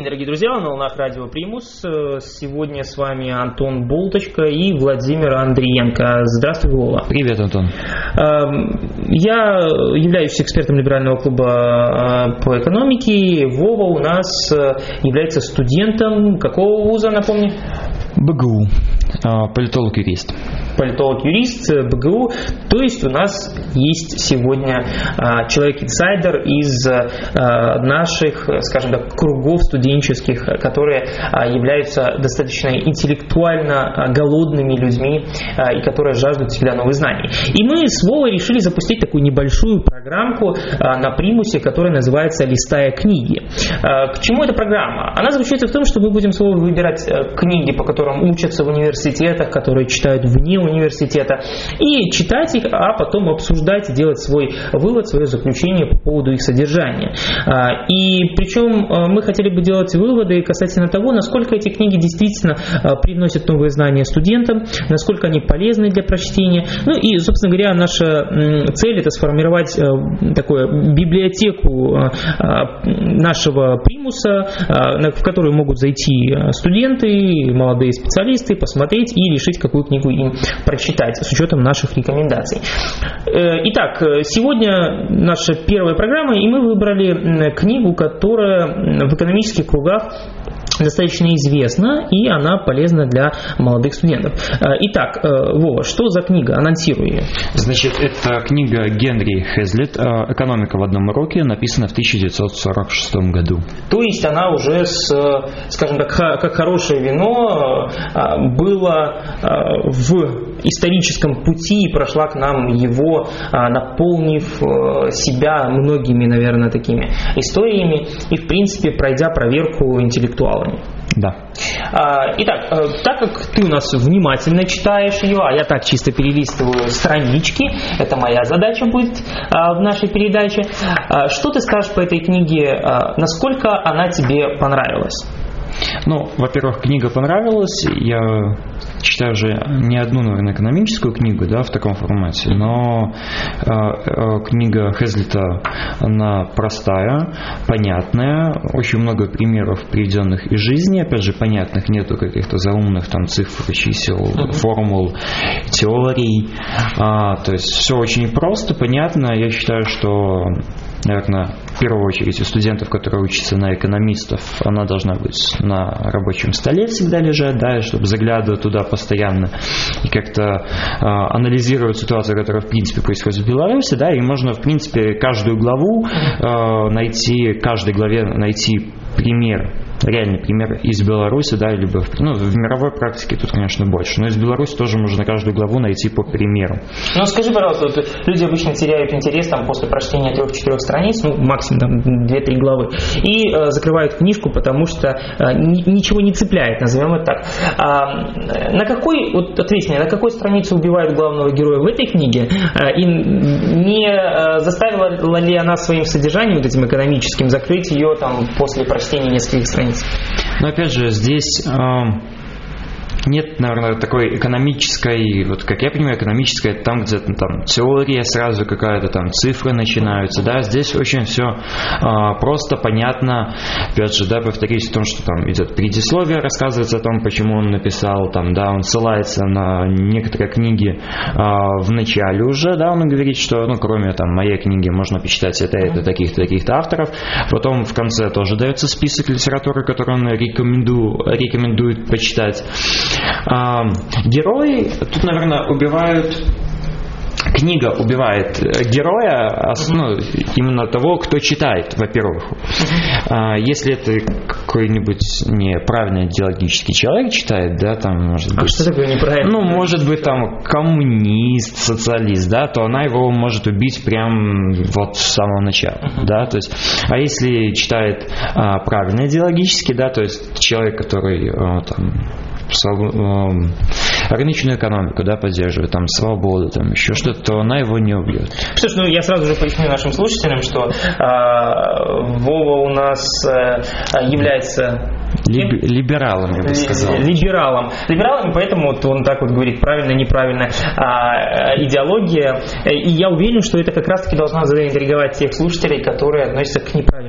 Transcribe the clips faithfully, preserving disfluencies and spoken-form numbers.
день, дорогие друзья, на волнах радио Примус. Сегодня с вами Антон Болточка и Владимир Андриенко. Здравствуй, Вова. Привет, Антон. Я являюсь экспертом либерального клуба по экономике. Вова у нас является студентом какого вуза, напомни? БГУ. Политолог-юрист. Политолог-юрист БГУ. То есть у нас есть сегодня человек-инсайдер из наших, скажем так, кругов студенческих, которые являются достаточно интеллектуально голодными людьми и которые жаждут всегда новых знаний. И мы с Вовой решили запустить такую небольшую программку на Примусе, которая называется «Листая книги». К чему эта программа? Она заключается в том, что мы будем с Вовой выбирать книги, по которым учатся в университетах, которые читают вне университета, и читать их, а потом обсуждать и делать свой вывод, свое заключение по поводу их содержания. И причем мы хотели бы делать выводы касательно того, насколько эти книги действительно приносят новые знания студентам, насколько они полезны для прочтения. Ну и, собственно говоря, наша цель – это сформировать такую библиотеку нашего примуса, в которую могут зайти студенты, молодые специалисты, посмотреть и решить, какую книгу им прочитать с учетом наших рекомендаций. Итак, сегодня наша первая программа, и мы выбрали книгу, которая в экономических кругах достаточно известна, и она полезна для молодых студентов. Итак, Вова, что за книга? Анонсируй ее. Значит, это книга Генри Хезлетт «Экономика в одном уроке», написана в тысяча девятьсот сорок шестом году. То есть она уже, с, скажем так, как хорошее вино, была в историческом пути и прошла к нам его, наполнив себя многими, наверное, такими историями и, в принципе, пройдя проверку интеллектуалами. Да. Итак, так как ты у нас внимательно читаешь ее, а я так чисто перелистываю странички, это моя задача будет в нашей передаче, что ты скажешь по этой книге, насколько она тебе понравилась? Ну, во-первых, книга понравилась. Я читаю уже не одну, наверное, экономическую книгу, да, в таком формате, но э, э, книга Хезлетта, она простая, понятная, очень много примеров, приведенных из жизни, опять же, понятных, нету каких-то заумных там цифр, чисел, формул, теорий, а, то есть все очень просто, понятно. Я считаю, что, наверное, в первую очередь у студентов, которые учатся на экономистов, она должна быть на рабочем столе всегда лежать, да, чтобы заглядывать туда постоянно и как-то э, анализировать ситуацию, которая в принципе происходит в Беларуси, да, и можно в принципе каждую главу э, найти, каждой главе найти пример, реальный пример из Беларуси, да, либо в, ну, в мировой практике тут, конечно, больше, но из Беларуси тоже можно каждую главу найти по примеру. Ну, скажи, пожалуйста, вот люди обычно теряют интерес там после прочтения трех-четырех страниц, ну, максимум там две-три главы, и э, закрывают книжку, потому что э, ни, ничего не цепляет, назовем это так. А, на какой, вот ответь мне, на какой странице убивают главного героя в этой книге, а, и не а, заставила ли она своим содержанием, вот этим экономическим, закрыть ее там после прочтения нескольких страниц? Но опять же, здесь э, нет, наверное, такой экономической, вот как я понимаю, экономической, там где-то там теория сразу какая-то, там цифры начинаются, да, здесь очень все э, просто, понятно, опять же, да, повторюсь в том, что там идет предисловие, рассказывается о том, почему он написал, там, да, он ссылается на некоторые книги э, в начале уже, да, он говорит, что, ну, кроме там моей книги можно почитать это, это, таких-то, таких-то авторов, потом в конце тоже дается список литературы, которую он рекомендует, рекомендует почитать. А, герои тут, наверное, убивают. Книга убивает героя, ну, именно того, кто читает, во-первых. А, если это какой-нибудь неправильный идеологический человек читает, да, там, может быть... А что такое неправильный? Ну, может быть, там, коммунист, социалист, да, то она его может убить прям вот с самого начала, uh-huh. да, то есть... А если читает а, правильно идеологически, да, то есть человек, который а, там... рыночную экономику, да, поддерживает, там, свободу, там, еще что-то, то она его не убьет. Что ж, ну, я сразу же поясню нашим слушателям, что э, Вова у нас э, является... Либ, либералом, я бы сказал. Либералом. Либералом, поэтому вот он так вот говорит, правильно, неправильно, а, идеология. И я уверен, что это как раз-таки должно заинтриговать тех слушателей, которые относятся к неправильной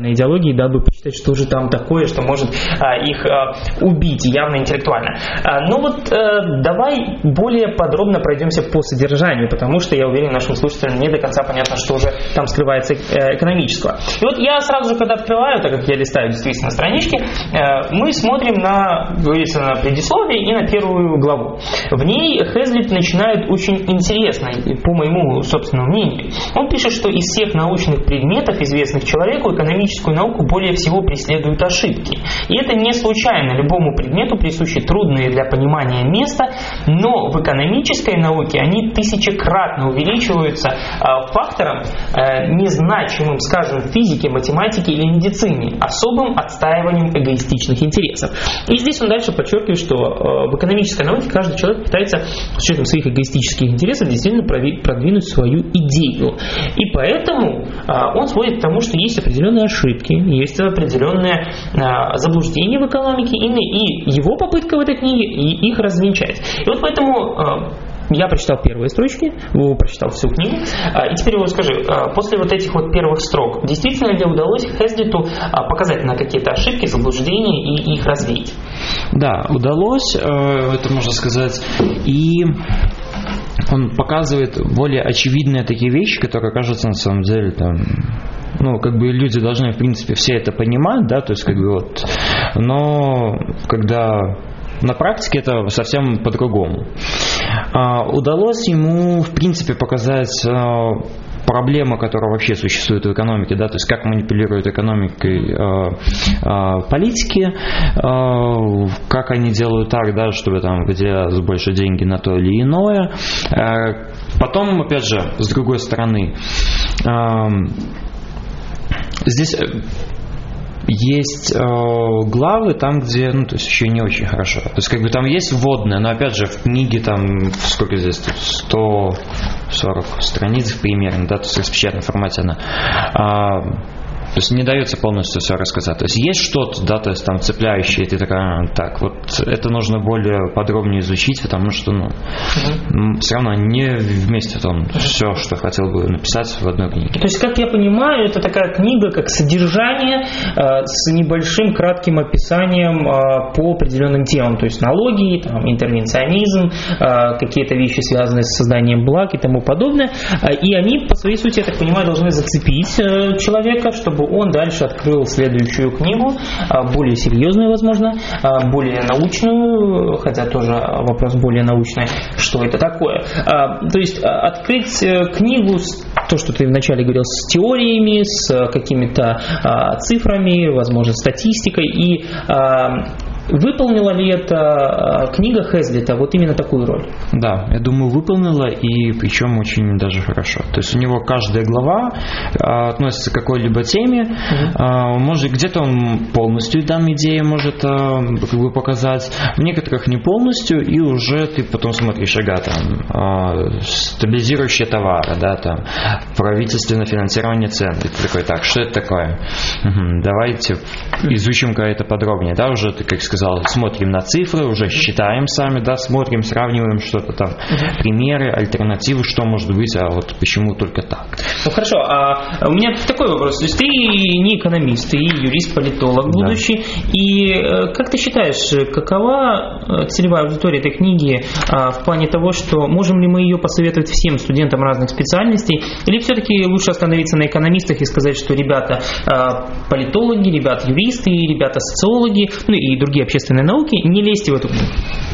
радикальной идеологии, дабы почитать, что же там такое, что может а, их а, убить явно интеллектуально. А, ну вот а, давай более подробно пройдемся по содержанию, потому что я уверен, нашим слушателям не до конца понятно, что же там скрывается э, экономического. И вот я сразу же, когда открываю, так как я листаю действительно странички, э, мы смотрим на, говорится, на предисловие и на первую главу. В ней Хезлит начинает очень интересно, по моему собственному мнению. Он пишет, что из всех научных предметов, известных человеку, экономическую науку более всего преследуют ошибки. И это не случайно. Любому предмету присущи трудные для понимания места, но в экономической науке они тысячекратно увеличиваются э, фактором, э, незначимым, скажем, в физике, математике или медицине, особым отстаиванием эгоистичных интересов. И здесь он дальше подчеркивает, что э, в экономической науке каждый человек пытается с учетом своих эгоистических интересов действительно продвинуть свою идею. И поэтому э, он сводит к тому, что есть определенные ошибки, есть определенные э, заблуждения в экономике, и, и его попытка в этой книге и их развенчать. И вот поэтому э, я прочитал первые строчки, Вова прочитал всю книгу. И теперь, Вова, скажи, после вот этих вот первых строк, действительно ли удалось Хезлиту показать на какие-то ошибки, заблуждения и их развеять? Да, удалось, это можно сказать. И он показывает более очевидные такие вещи, которые кажутся на самом деле там... Ну, как бы люди должны, в принципе, все это понимать, да, то есть, как бы вот... Но когда... На практике это совсем по-другому. Удалось ему, в принципе, показать проблемы, которые вообще существуют в экономике, да, то есть как манипулируют экономикой политики, как они делают так, да, чтобы там выделялось больше деньги на то или иное. Потом, опять же, с другой стороны, здесь... Есть э, главы там, где, ну, то есть еще не очень хорошо. То есть, как бы там есть вводная, но опять же в книге там, сколько здесь, сто сорок страниц примерно, да, то есть в распечатанном формате она. А, то есть не дается полностью все рассказать. То есть есть что-то, да, то есть там цепляющее, и ты такая, так, вот это нужно более подробнее изучить, потому что, ну, mm-hmm. все равно не вместе там все, что хотел бы написать в одной книге. То есть, как я понимаю, это такая книга, как содержание э, с небольшим кратким описанием э, по определенным темам, то есть налоги, там, интервенционизм, э, какие-то вещи, связанные с созданием благ и тому подобное, э, и они, по своей сути, я так понимаю, должны зацепить э, человека, чтобы он дальше открыл следующую книгу, более серьезную, возможно, более научную, хотя тоже вопрос более научный, что это такое. То есть открыть книгу, то, что ты вначале говорил, с теориями, с какими-то цифрами, возможно, статистикой, и выполнила ли эта книга Хезлита вот именно такую роль? Да, я думаю, выполнила, и причем очень даже хорошо. То есть у него каждая глава относится к какой-либо теме. Угу. Может, где-то он полностью там идеи может как бы показать, в некоторых не полностью, и уже ты потом смотришь, ага, там стабилизирующие товары, да, там правительственное финансирование цен. И ты такой, так, что это такое? Угу, давайте изучим-ка это подробнее, да, уже ты, как сказал, смотрим на цифры, уже считаем сами, да, смотрим, сравниваем что-то там, uh-huh. примеры, альтернативы, что может быть, а вот почему только так. Ну хорошо, а у меня такой вопрос, то есть ты не экономист, ты юрист-политолог будущий, да. И как ты считаешь, какова целевая аудитория этой книги в плане того, что можем ли мы ее посоветовать всем студентам разных специальностей, или все-таки лучше остановиться на экономистах и сказать, что ребята политологи, ребята юристы, ребята социологи, ну и другие общественные науки, не лезьте в эту книгу?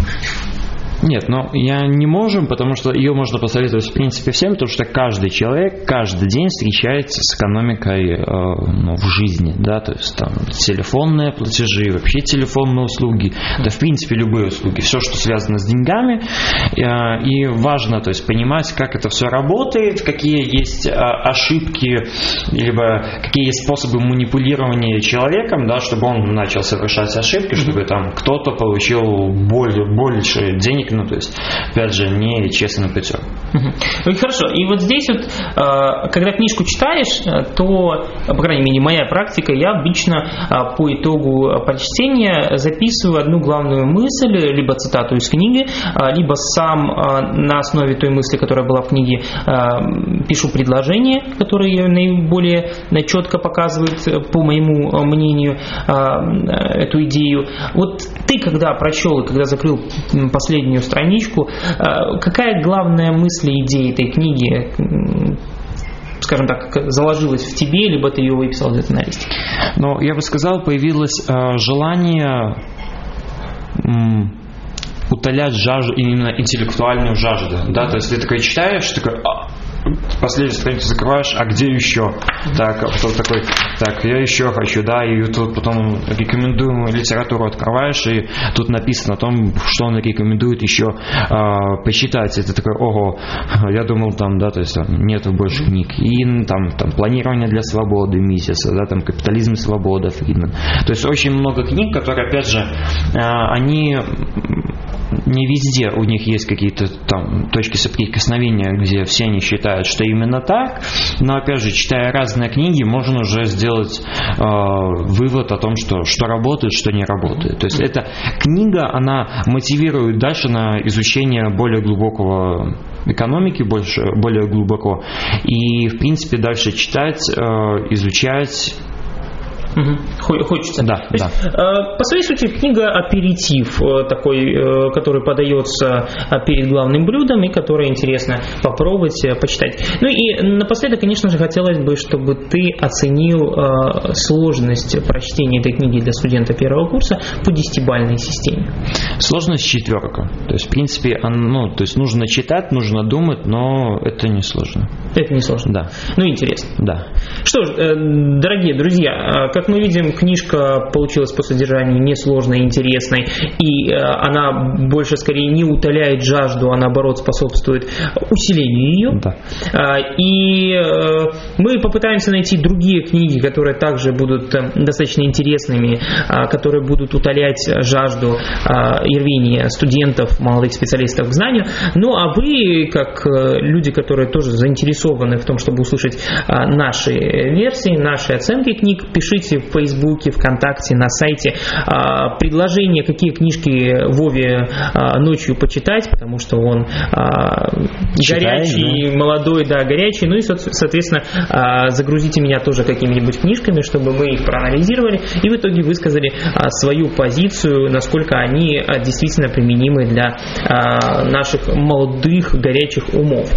Нет, но я не можем, потому что ее можно посоветовать в принципе всем, потому что каждый человек каждый день встречается с экономикой э, ну, в жизни, да, то есть там телефонные платежи, вообще телефонные услуги, да, в принципе любые услуги, все, что связано с деньгами, э, и важно, то есть понимать, как это все работает, какие есть э, ошибки, либо какие есть способы манипулирования человеком, да, чтобы он начал совершать ошибки, чтобы там кто-то получил более, больше денег ну, то есть, опять же, не честным путем. Ну, хорошо. И вот здесь вот, когда книжку читаешь, то, по крайней мере, моя практика, я обычно по итогу прочтения записываю одну главную мысль, либо цитату из книги, либо сам на основе той мысли, которая была в книге, пишу предложение, которое наиболее четко показывает, по моему мнению, эту идею. Вот ты, когда прочел и когда закрыл последнюю страничку, какая главная мысль и идея этой книги, скажем так, заложилась в тебе, либо ты ее выписал где-то на листике? Ну, я бы сказал, появилось э, желание м, утолять жажду, именно интеллектуальную жажду. Да? То есть ты такой читаешь, такой... А, последнюю страницу закрываешь, а где еще? Так, а потом такой, так, я еще хочу, да, и тут потом рекомендуемую литературу открываешь, и тут написано о том, что он рекомендует еще э, почитать. Это такой, ого, я думал там, да, то есть там нету больше книг. И там, там планирование для свободы Мисеса, да, там капитализм и свобода Фридман. То есть очень много книг, которые, опять же, э, они не везде у них есть какие-то там точки соприкосновения, где все они считают, что именно так, но опять же, читая разные книги, можно уже сделать э, вывод о том, что, что работает, что не работает. То есть эта книга, она мотивирует дальше на изучение более глубокого экономики, больше, более глубоко, и в принципе дальше читать, э, изучать. Угу. Хочется. Да, То да. есть, по своей сути, книга аперитив такой, который подается перед главным блюдом и который интересно попробовать, почитать. Ну и напоследок, конечно же, хотелось бы, чтобы ты оценил сложность прочтения этой книги для студента первого курса по десятибалльной системе. Сложность четверка. То есть, в принципе, ну, то есть нужно читать, нужно думать, но это не сложно. Это не сложно? Да. Ну, интересно. Да. Что ж, дорогие друзья, как мы видим, книжка получилась по содержанию несложной, интересной, и она больше скорее не утоляет жажду, а наоборот способствует усилению ее. Да. И мы попытаемся найти другие книги, которые также будут достаточно интересными, которые будут утолять жажду и рвение студентов, молодых специалистов к знанию. Ну а вы, как люди, которые тоже заинтересованы в том, чтобы услышать наши версии, наши оценки книг, пишите в Фейсбуке, ВКонтакте, на сайте предложения, какие книжки Вове ночью почитать, потому что он Читаем, горячий, да? молодой, да, горячий. Ну и, соответственно, загрузите меня тоже какими-нибудь книжками, чтобы мы их проанализировали и в итоге высказали свою позицию, насколько они действительно применимы для наших молодых, горячих умов.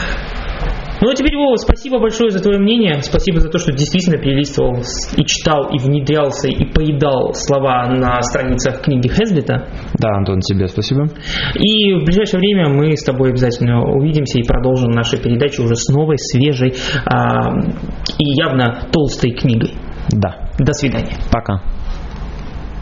Ну а теперь, Вова, спасибо большое за твое мнение, спасибо за то, что действительно перелистывал и читал, и внедрялся, и поедал слова на страницах книги Хезлита. Да, Антон, тебе спасибо. И в ближайшее время мы с тобой обязательно увидимся и продолжим наши передачи уже с новой, свежей а, и явно толстой книгой. Да. До свидания. Пока.